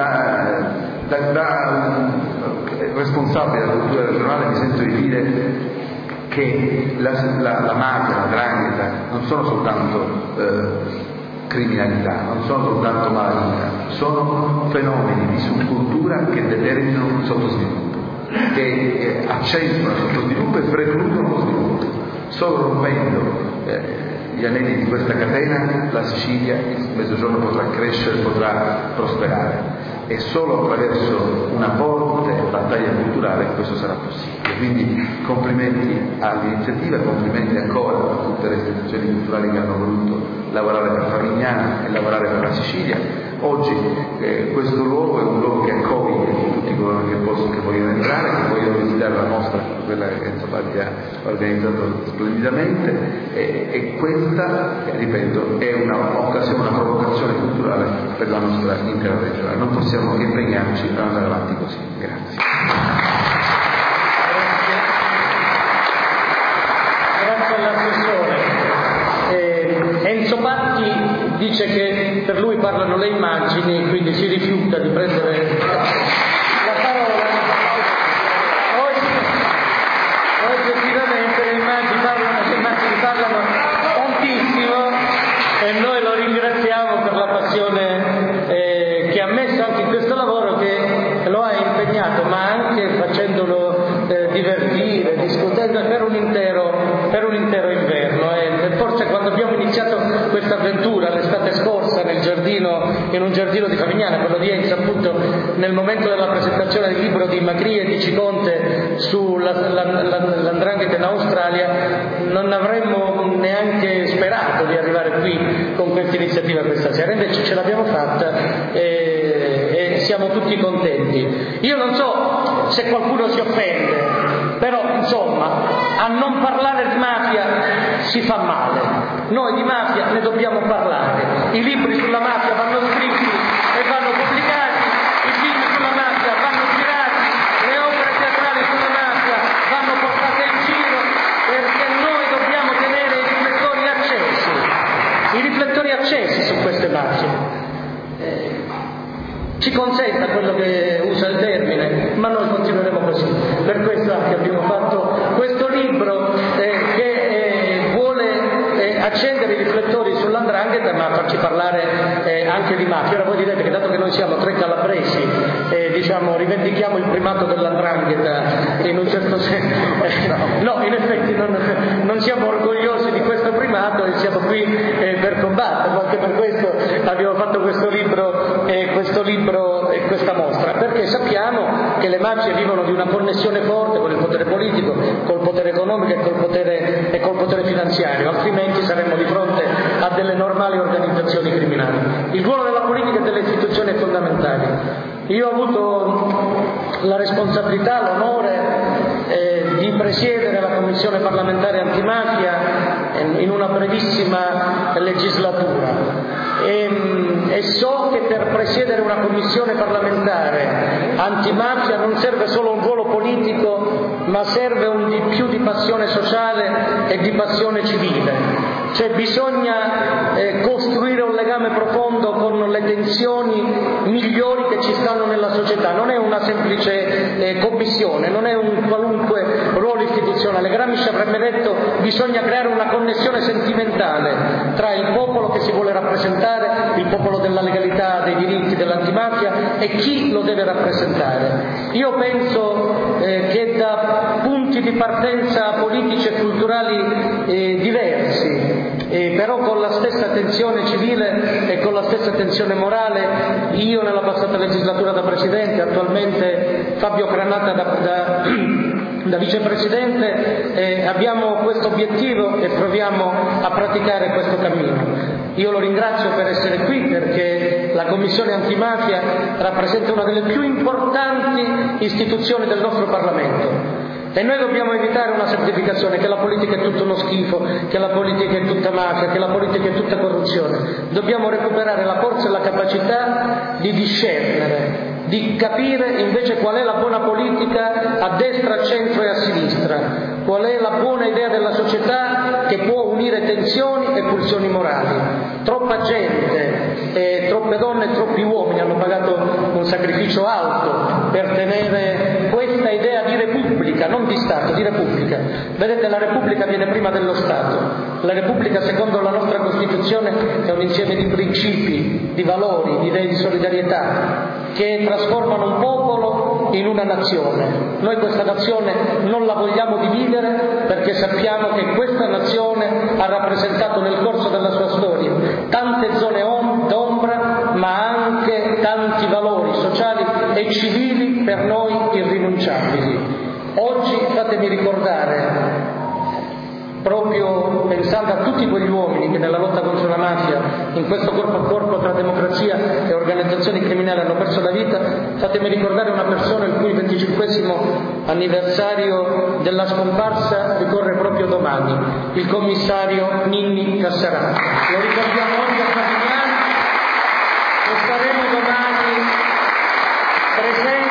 Da responsabile della cultura regionale mi sento di dire che la mafia, la 'ndrangheta non sono soltanto criminalità, non sono soltanto malavita, sono fenomeni di subcultura che determinano il sottosviluppo, che accentuano il sottosviluppo e precludono lo sviluppo. Solo rompendo gli anelli di questa catena la Sicilia, il Mezzogiorno potrà crescere, potrà prosperare, e solo attraverso una forte battaglia culturale questo sarà possibile. Quindi complimenti all'iniziativa, complimenti ancora a tutte le istituzioni culturali che hanno voluto lavorare per Favignana e lavorare per la Sicilia. Oggi questo luogo è un luogo che accoglie tutti coloro che vogliono entrare, che vogliono visitare la mostra, quella che Enzopatti ha organizzato splendidamente, e questa, ripeto, è un'occasione, una provocazione culturale per la nostra intera regione. Non possiamo che impegnarci ad andare avanti così. Grazie. Grazie all'assessore. Enzo Patti dice che per lui parlano le immagini, quindi si rifiuta di prendere la parola. Oggettivamente le immagini parlano tantissimo, e noi lo ringraziamo per la passione che ha messo anche in questo lavoro, che lo ha impegnato, ma anche facendolo divertire, discutendo per un intero inverno. E forse quando abbiamo iniziato questa avventura l'estate scorsa in un giardino di Favignana, quello di Enzo, appunto nel momento della presentazione del libro di Magri e di Ciconte sull'andrangheta in Australia, non avremmo neanche sperato di arrivare qui con questa iniziativa questa sera, invece ce l'abbiamo fatta e siamo tutti contenti. Io non so se qualcuno si offende, però insomma, a non parlare di mafia si fa male. Noi di mafia ne dobbiamo parlare. I libri sulla mafia vanno scritti e vanno pubblicati, i film sulla mafia vanno girati, le opere teatrali sulla mafia vanno portate in giro, perché noi dobbiamo tenere i riflettori accesi su queste mafie. Ci consenta quello che usa il termine, ma noi continueremo così. Per questo anche abbiamo fatto questo libro che vuole accendere i riflettori sull'andrangheta, ma farci parlare anche di mafia. Ora voi direte che dato che noi siamo tre calabresi, rivendichiamo il primato dell'andrangheta in un certo senso. No, in effetti non siamo orgogliosi di questo primato e siamo qui per combatterlo. Anche per questo abbiamo fatto questo libro e questa mostra, perché sappiamo che le mafie vivono di una connessione forte con il potere politico, col potere economico e col potere finanziario, altrimenti saremmo di fronte a delle normali organizzazioni criminali. Il ruolo della politica e delle istituzioni è fondamentale. Io ho avuto la responsabilità, l'onore di presiedere la Commissione parlamentare antimafia in una brevissima legislatura e so che per presiedere una commissione parlamentare antimafia non serve solo un ruolo politico, ma serve un di più di passione sociale e di passione civile. Cioè bisogna costruire un legame profondo con le tensioni migliori che ci stanno nella società. Non è una semplice commissione, non è un qualunque ruolo istituzionale. Gramsci avrebbe detto: bisogna creare una connessione sentimentale tra il popolo che si vuole rappresentare, il popolo della legalità, dei diritti, dell'antimafia, e chi lo deve rappresentare. Io penso che da punti di partenza politici e culturali diversi però con la stessa tensione civile e con la stessa tensione morale. Io nella passata legislatura da Presidente, attualmente Fabio Granata da Vicepresidente, abbiamo questo obiettivo e proviamo a praticare questo cammino. Io lo ringrazio per essere qui, perché la Commissione Antimafia rappresenta una delle più importanti istituzioni del nostro Parlamento. E noi dobbiamo evitare una semplificazione, che la politica è tutto uno schifo, che la politica è tutta mafia, che la politica è tutta corruzione. Dobbiamo recuperare la forza e la capacità di discernere, di capire invece qual è la buona politica a destra, a centro e a sinistra, qual è la buona idea della società che può unire tensioni e pulsioni morali. Troppa gente, troppe donne e troppi uomini hanno pagato un sacrificio alto per tenere questa idea di repubblica, non di Stato, di repubblica. Vedete, la repubblica viene prima dello Stato. La repubblica, secondo la nostra Costituzione, è un insieme di principi, di valori, di idee di solidarietà che trasformano un popolo in una nazione. Noi questa nazione non la vogliamo dividere, perché sappiamo che questa nazione ha rappresentato nel corso della sua storia tante zone d'ombra, ma anche tanti valori sociali e civili per noi irrinunciabili. Oggi fatemi ricordare, proprio pensando a tutti quegli uomini che nella lotta contro la mafia, in questo corpo a corpo tra democrazia e organizzazioni criminali, hanno perso la vita, fatemi ricordare una persona il cui 25° anniversario della scomparsa ricorre proprio domani, il commissario Ninni Cassarà. Lo ricordiamo oggi a Favignana e saremo domani presenti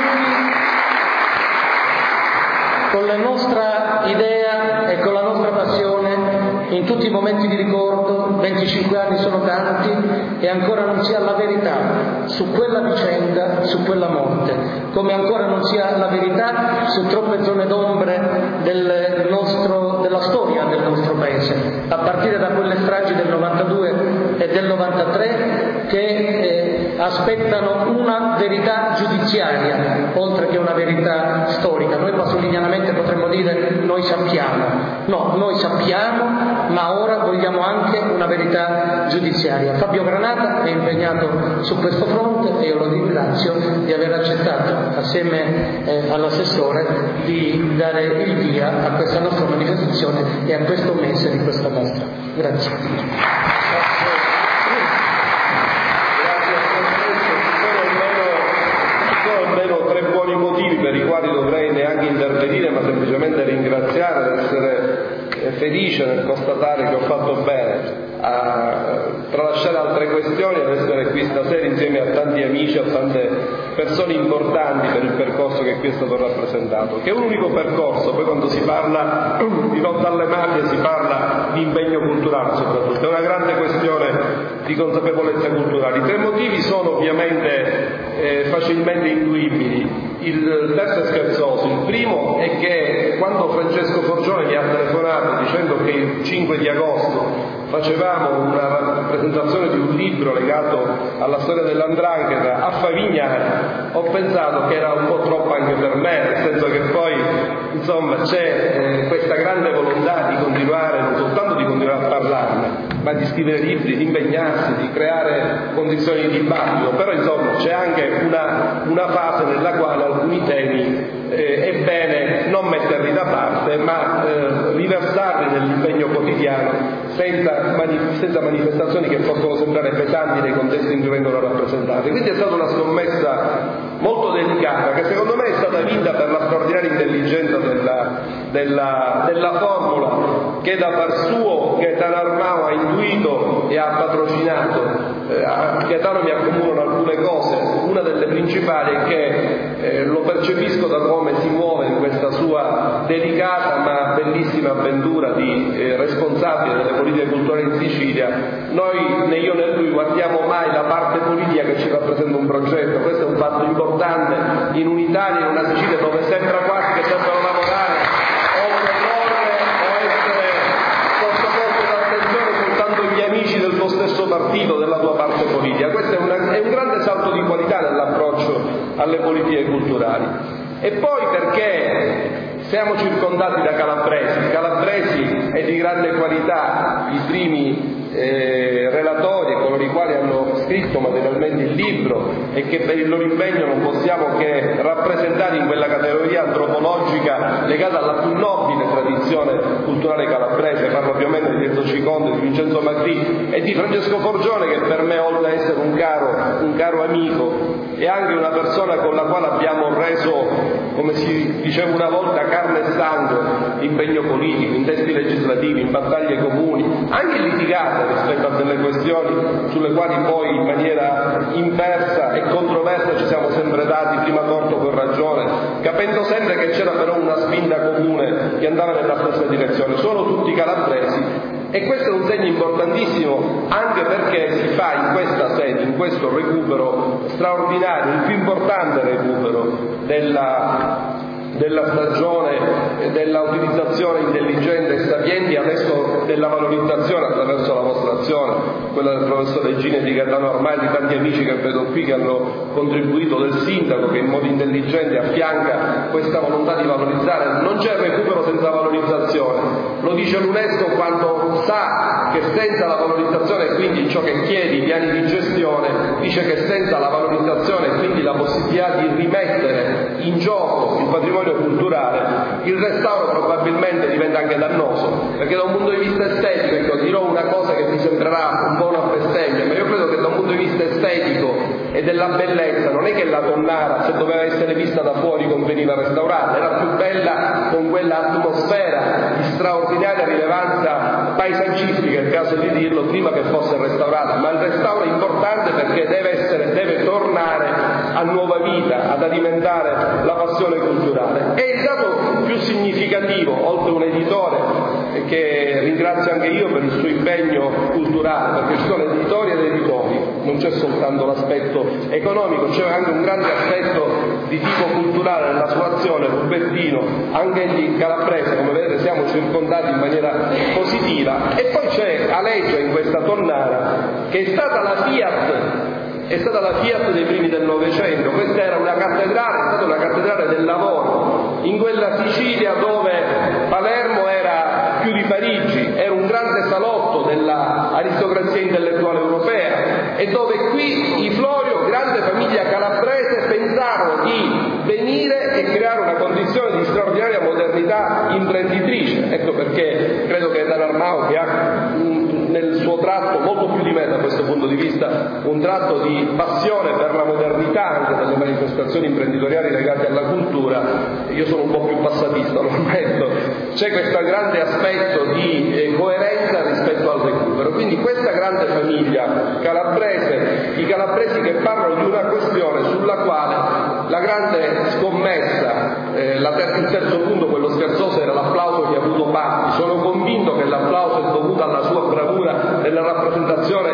con la nostra idea e con la nostra passione in tutti i momenti di ricordo. 25 anni sono tanti e ancora non si ha la verità su quella vicenda, su quella morte, come ancora non si ha la verità su troppe zone d'ombre della storia del nostro Paese, a partire da quelle stragi del 92 e del 93 che aspettano una verità giudiziaria oltre che una verità storica. Noi passolinianamente potremmo dire noi sappiamo. No, noi sappiamo, ma ora vogliamo anche una verità giudiziaria. Fabio Granata è impegnato su questo fronte e io lo ringrazio di aver accettato, assieme all'assessore, di dare il via a questa nostra manifestazione e a questo mese di questa mostra. Grazie. Per i quali dovrei neanche intervenire, ma semplicemente ringraziare ed essere felice nel constatare che ho fatto bene a tralasciare altre questioni ed essere qui stasera insieme a tanti amici, a tante persone importanti per il percorso che qui è stato rappresentato, che è un unico percorso. Poi quando si parla di lotta alle mafie si parla di impegno culturale, soprattutto è una grande questione di consapevolezza culturale. I 3 motivi sono ovviamente facilmente intuibili. Il terzo è scherzoso. Il primo è che quando Francesco Forgione mi ha telefonato dicendo che il 5 di agosto facevamo una presentazione di un libro legato alla storia dell''ndrangheta a Favignana, ho pensato che era un po' troppo anche per me, nel senso che poi insomma c'è questa grande volontà di continuare, non soltanto di continuare a parlarne, ma di scrivere libri, di impegnarsi, di creare condizioni di dibattito. Però insomma c'è anche una fase nella quale alcuni temi è bene non metterli da parte, ma riversarli nell'impegno quotidiano senza manifestazioni che possono sembrare pesanti nei contesti in cui vengono rappresentate. Quindi è stata una scommessa molto delicata, che secondo me è stata vinta per la straordinaria intelligenza della formula che da par suo Gaetano Armao ha intuito e ha patrocinato. A Gaetano mi accomunano alcune cose, una delle principali è che lo percepisco da come si muove in questa sua delicata ma bellissima avventura di responsabile delle politiche culturali in Sicilia. Noi, né io né lui, guardiamo mai la parte politica che ci rappresenta un progetto. Questo è un fatto importante in un'Italia, in una Sicilia dove sembra quasi che debbano lavorare o proporre o essere sottoposti all'attenzione soltanto gli amici del tuo stesso partito, della tua parte politica. Questo è un grande salto di qualità nell'approccio alle politiche culturali. E poi perché siamo circondati da calabresi è di grande qualità il primi relatori e coloro i quali hanno scritto materialmente il libro e che per il loro impegno non possiamo che rappresentare in quella categoria antropologica legata alla più nobile tradizione culturale calabrese. Parlo ovviamente di Enzo Ciconda, di Vincenzo Macri e di Francesco Forgione, che per me, oltre ad essere un caro amico, è anche una persona con la quale abbiamo reso, come si diceva una volta, carne e sangue, impegno politico, in testi legislativi, in battaglie comuni, anche litigate rispetto a delle questioni sulle quali poi in maniera inversa e controversa ci siamo sempre dati, prima torto poi ragione, capendo sempre che c'era però una spinta comune che andava nella stessa direzione. Sono tutti calabresi e questo è un segno importantissimo, anche perché si fa in questa sede, in questo recupero straordinario, il più importante recupero della stagione della utilizzazione intelligente e sapiente, adesso della valorizzazione attraverso la vostra azione, quella del professor Regini e di Gaetano Armai, di tanti amici che vedo qui che hanno contribuito, del sindaco che in modo intelligente affianca questa volontà di valorizzare. Non c'è recupero senza valorizzazione, lo dice l'UNESCO quando sa che senza la valorizzazione e quindi ciò che chiede, i piani di gestione, dice che senza la valorizzazione e quindi la possibilità di rimettere in gioco il patrimonio culturale, il restauro probabilmente diventa anche dannoso, perché da un punto di vista estetico, ecco, dirò una cosa che mi sembrerà un po' una bestemmia, ma io credo che da un punto di vista estetico e della bellezza non è che la Tonnara, se doveva essere vista da fuori, conveniva restaurata, era più bella con quella atmosfera di straordinaria rilevanza paesaggistica, è il caso di dirlo, prima che fosse restaurata. Ma il restauro è importante perché deve tornare a nuova vita, ad alimentare la passione culturale. E il dato più significativo, oltre un editore che ringrazio anche io per il suo impegno culturale, perché ci sono editori ed editori, non c'è soltanto l'aspetto economico, c'è anche un grande aspetto di tipo culturale nella sua azione. Rubertino, anche lì calabrese, come vedete siamo circondati in maniera positiva. E poi c'è Aleggia in questa Tonnara, che è stata la Fiat dei primi del Novecento. Questa era una cattedrale, è stata una cattedrale del lavoro, in quella Sicilia dove Palermo era più di Parigi, era un grande salotto dell'aristocrazia intellettuale europea, e dove qui i Florio, grande famiglia calabrese, pensarono di venire e creare una condizione di straordinaria modernità imprenditrice. Ecco perché credo che Gaetano Armai, che ha nel suo tratto, molto più di me da questo punto di vista, un tratto di passione per la modernità anche delle manifestazioni imprenditoriali legate alla cultura, io sono un po' più passatista, lo ammetto, c'è questo grande aspetto di coerenza rispetto al recupero. Quindi questa grande famiglia calabrese, i calabresi che parlano di una questione sulla quale la grande scommessa, il terzo punto, quello scherzoso, era l'applauso che ha avuto Patti. Sono convinto che l'applauso è dovuto alla sua bravura nella rappresentazione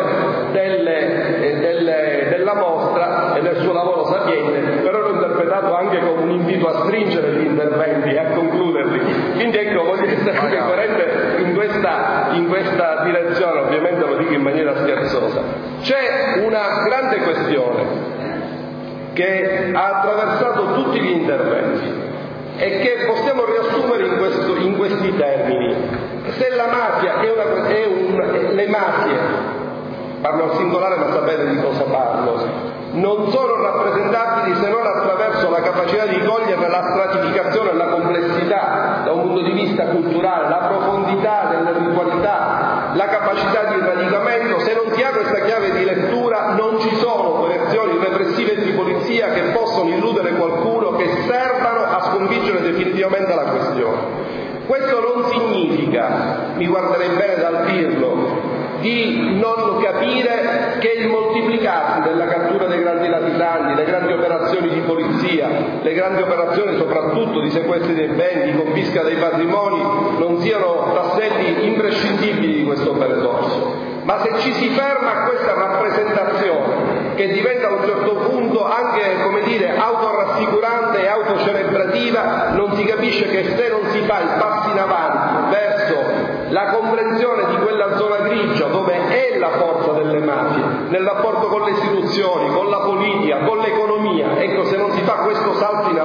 della mostra e del suo lavoro sapiente, però l'ho interpretato anche come un invito a stringere gli interventi e a concluderli. Quindi ecco, voglio essere anche coerente in questa direzione, ovviamente lo dico in maniera scherzosa. C'è una grande questione che ha attraversato tutti gli interventi e che possiamo riassumere in questi termini. Se la mafia le mafie, parlo al singolare ma sapete di cosa parlo, non sono rappresentabili se non attraverso la capacità di cogliere la stratificazione e la complessità da un punto di vista culturale, la profondità delle ritualità, la capacità di radicamento. Se non si ha questa chiave di lettura non ci sono coerzioni repressive e di polizia che possono illudere qualcuno, che servano a sconfiggere definitivamente la questione. Questo non significa, mi guarderei bene dal dirlo, di non capire che il moltiplicarsi della cattura dei grandi latitanti, le grandi operazioni di polizia, le grandi operazioni soprattutto di sequestri dei beni, di confisca dei patrimoni, non siano tasselli imprescindibili di questo percorso. Ma se ci si ferma a questa rappresentazione, che diventa a un certo punto anche, come dire, autorassicurante e autocelebrativa, non si capisce che se non si fa il passo in avanti verso la comprensione di quella zona grigia dove è la forza delle mafie, nel rapporto con le istituzioni, con la politica, con l'economia, ecco, se non si fa questo salto in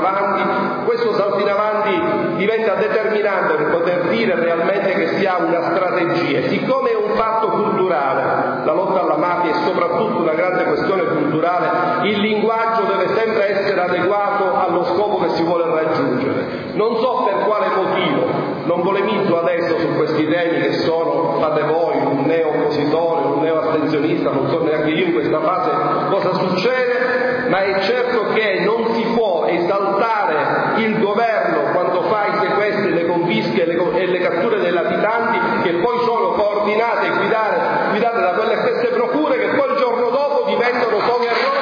avanti diventa determinante per poter dire realmente che si ha una strategia. Siccome è un fatto culturale, la lotta alla mafia è soprattutto una grande questione culturale, il linguaggio deve sempre essere adeguato allo scopo che si vuole raggiungere. Non so per quale motivo, non polemizzo adesso su questi temi che sono, fate voi, un neo-oppositore, un neo-astensionista, non so neanche io in questa fase cosa succede, ma è certo che non si può esaltare il governo quando fa i sequestri, le confische e le catture dei latitanti, che poi sono coordinate e guidate da quelle stesse procure che poi il giorno dopo diventano soglie rosse.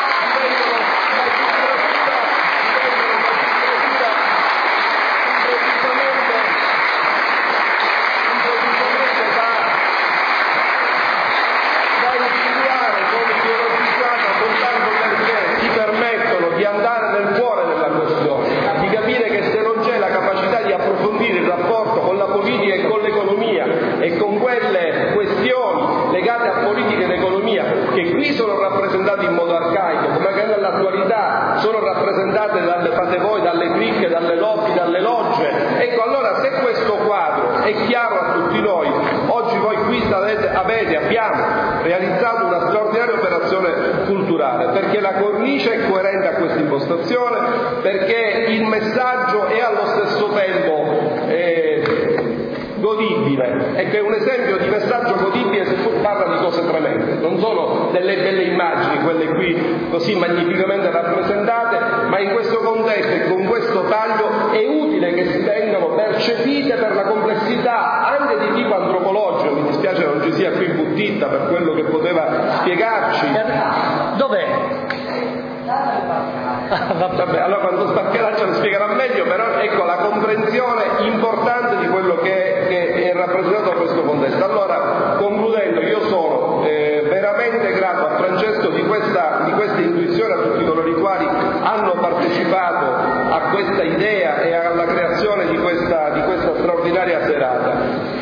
Di andare nel cuore della questione, di capire che se non c'è la capacità di approfondire il rapporto con la politica e con l'economia e con quelle questioni legate a politica ed economia che qui sono rappresentate in modo arcaico, come che nell'attualità sono rappresentate fate voi, dalle cricche, dalle lobby, dalle logge, ecco, allora se questo quadro è chiaro a tutti noi, oggi voi qui abbiamo realizzato una straordinaria operazione culturale, perché la cornice è coerente a questa impostazione, perché il messaggio è allo stesso tempo godibile, e che è un esempio di messaggio godibile seppur parla di cose tremende. Non sono delle belle immagini quelle qui così magnificamente rappresentate, ma in questo contesto e con questo taglio è utile che si vengano percepite per la complessità anche di tipo antropologico. Mi dispiace non ci sia qui Buttitta per quello che poteva spiegarci. Dov'è? Vabbè, allora quando spaccherà ce lo spiegherà meglio, però ecco la comprensione importante di quello che è rappresentato da questo contesto. Allora, concludendo, io sono veramente grato a Francesco di questa intuizione, a tutti coloro i quali hanno partecipato a questa idea e alla creazione di questa straordinaria serata.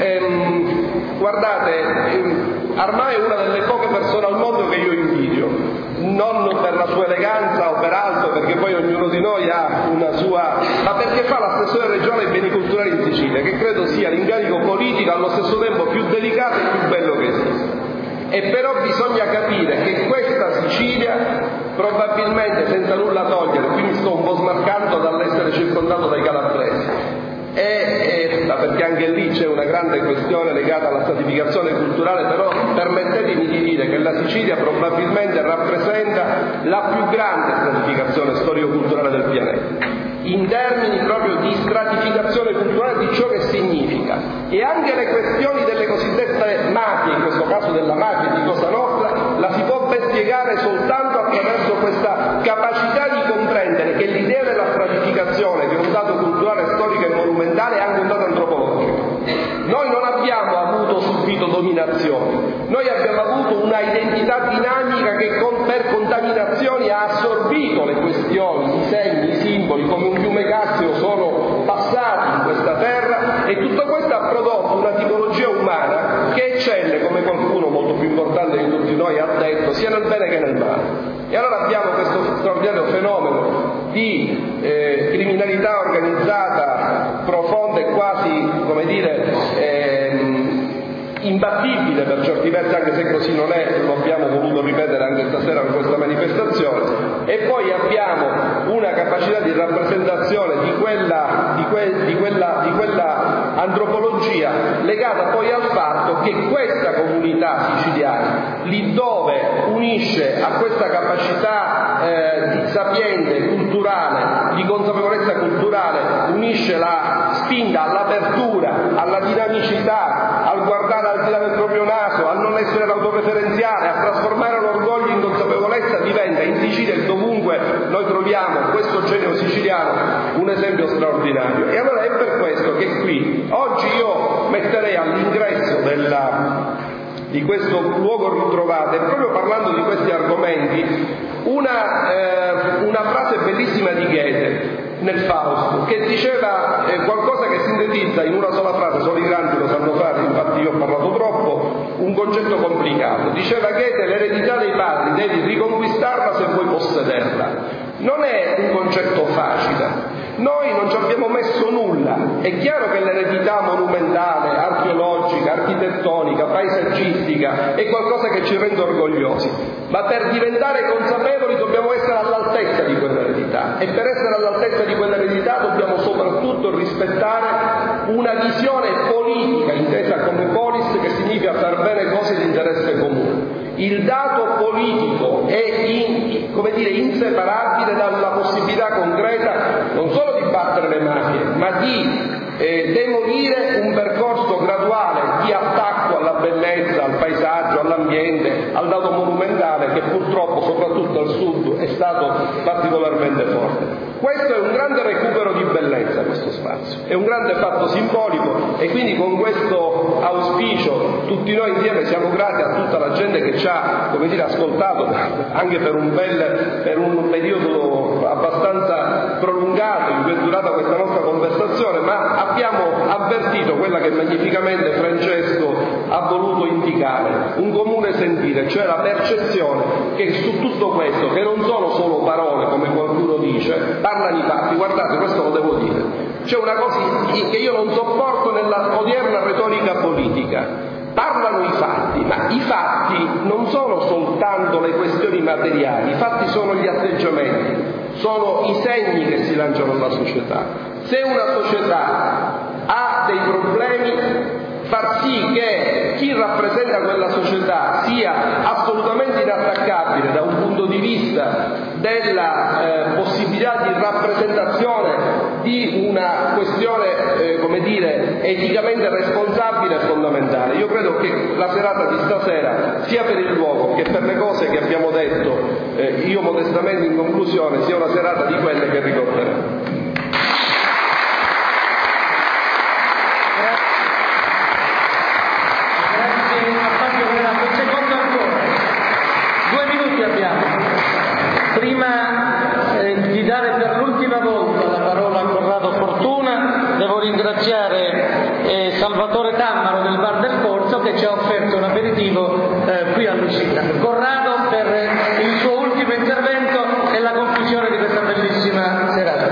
Guardate, Armà è una delle poche persone al mondo che io invidio, non per la sua eleganza o per altro, perché poi ognuno di noi ha una sua, ma perché fa l'assessore regionale ai beni culturali in Sicilia, che credo sia l'incarico politico allo stesso tempo più delicato e più bello che esiste. E però bisogna capire che questa Sicilia, probabilmente senza nulla togliere, qui mi sto un po' smarcando dall'essere circondato dai calabresi, perché anche lì c'è una grande questione legata alla stratificazione culturale, però permettetemi di dire che la Sicilia probabilmente rappresenta la più grande stratificazione storico-culturale del pianeta, in termini proprio di stratificazione culturale di ciò che significa, e anche le questioni delle cosiddette mafie, in questo caso della mafia di Cosa Nostra, la si può ben spiegare soltanto attraverso questa capacità di comprendere che l'idea della stratificazione, che è un dato culturale, storico e monumentale, è anche un dato antropologico. Noi non abbiamo subito dominazioni, noi abbiamo avuto una identità dinamica che per contaminazioni ha assorbito le questioni, i segni, i simboli, come un fiume Cassio sono passati in questa terra, e tutto questo ha prodotto una tipologia umana che eccelle, come qualcuno molto più importante di tutti noi ha detto, sia nel bene che nel male. E allora abbiamo questo straordinario fenomeno di criminalità organizzata profonda e quasi, come dire, imbattibile per certi versi, anche se così non è, lo abbiamo voluto ripetere anche stasera con questa manifestazione, e poi abbiamo una capacità di rappresentazione di quella antropologia legata poi al fatto che questa comunità siciliana, lì dove unisce a questa capacità di sapiente culturale, di consapevolezza culturale, unisce la spinta all'apertura, alla dinamicità, al guardare al di là del proprio naso, al non essere l'autoreferenziale, a trasformare l'orgoglio in consapevolezza, diventa in Sicilia e dovunque noi troviamo questo genio siciliano un esempio straordinario. E allora è per questo che qui oggi io metterei all'ingresso di questo luogo ritrovato, e proprio parlando di questi argomenti, una frase bellissima di Goethe nel Fausto, che diceva qualcosa che sintetizza in una sola frase, solo i grandi lo sanno fare, infatti io ho parlato troppo, un concetto complicato. Diceva Goethe: l'eredità dei padri devi riconquistarla se vuoi possederla. non è un concetto facile. Noi non ci abbiamo messo nulla. È chiaro che l'eredità monumentale, archeologica, architettonica, paesaggistica è qualcosa che ci rende orgogliosi, ma per diventare consapevoli dobbiamo essere all'altezza di quell'eredità, e per essere all'altezza di quell'eredità dobbiamo soprattutto rispettare una visione politica intesa come polis, che significa far bene cose di interesse comune. Il dato politico è inseparabile dalla possibilità concreta non solo di battere le mafie, ma di demolire un percorso graduale di attacco alla bellezza, al paesaggio, all'ambiente, al dato monumentale che purtroppo soprattutto al sud è stato particolarmente forte. Questo è un grande recupero di bellezza, questo spazio, è un grande fatto simbolico, e quindi con questo auspicio tutti noi insieme siamo grati a tutta la gente che ci ha, ascoltato anche per un periodo abbastanza prolungato in cui è durata questa nostra conversazione, ma abbiamo avvertito quella che magnificamente Francesco ha voluto indicare, un comune sentire, cioè la percezione che su tutto questo, che non sono solo parole come qualcuno dice, parlano i fatti. Guardate, questo lo devo dire, c'è una cosa che io non sopporto nella odierna retorica politica. Parlano i fatti, ma i fatti non sono soltanto le questioni materiali, i fatti sono gli atteggiamenti, sono i segni che si lanciano alla società. Se una società ha dei problemi, far sì che chi rappresenta quella società sia assolutamente inattaccabile da un punto di vista della possibilità di rappresentazione di una questione eticamente responsabile è fondamentale. Io credo che la serata di stasera, sia per il luogo che per le cose che abbiamo detto, io modestamente in conclusione, sia una serata di quelle che ricorderemo. Prima di dare per l'ultima volta la parola a Corrado Fortuna, devo ringraziare Salvatore Tammaro del Bar del Corso che ci ha offerto un aperitivo qui all'uscita. Corrado per il suo ultimo intervento e la conclusione di questa bellissima serata.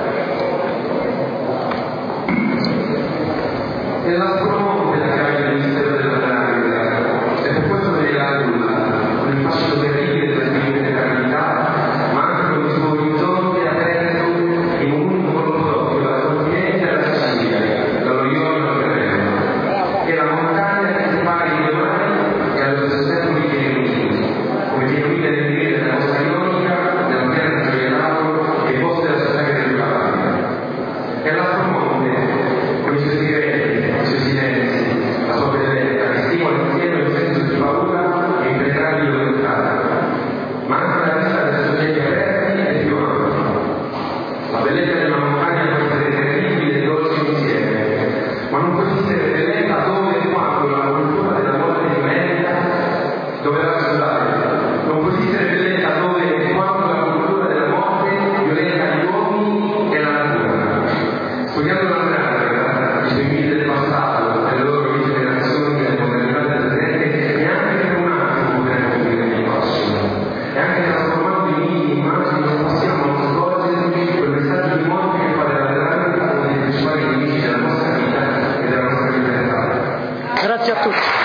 Nell'astronomia della chiave del Ministero della Navigazione, e per questo ne era nulla, con il fascino terribile della criminalità, ma anche con i suoi orizzonti aperti in un unico colpo d'occhio, la continente e la Sicilia, dallo Ionio al Tirreno, che la montagna che separa i due mari e allo stesso tempo i Pirenei, come Pirenei delle Pirene della costa ionica, della terra Gioielaro e poste della città del Cavallo. E l'astromonte, con i suoi segreti, i suoi silenzi, la sua bellezza, che stimola insieme il senso di paura e impenetrabile volontà, ma anche la vista dei soggetti aperti e più ampi. La bellezza della montagna può essere terribile e dolce insieme, ma non può esistere bellezza dove e quando la cultura della morte di America, dove la scusate, non può esistere bellezza dove e quando la cultura della morte violenta gli uomini e la natura. Studiando la Andrangheta, i suoi miti del passato e le loro generazioni delle modernità del presente, neanche per un attimo potremmo vivere nel prossimo. E anche trasformando i miti in immagini non possiamo non svolgere quel messaggio di morte che fa della Andrangheta uno dei principali nemici della nostra vita e della nostra libertà. Grazie a tutti.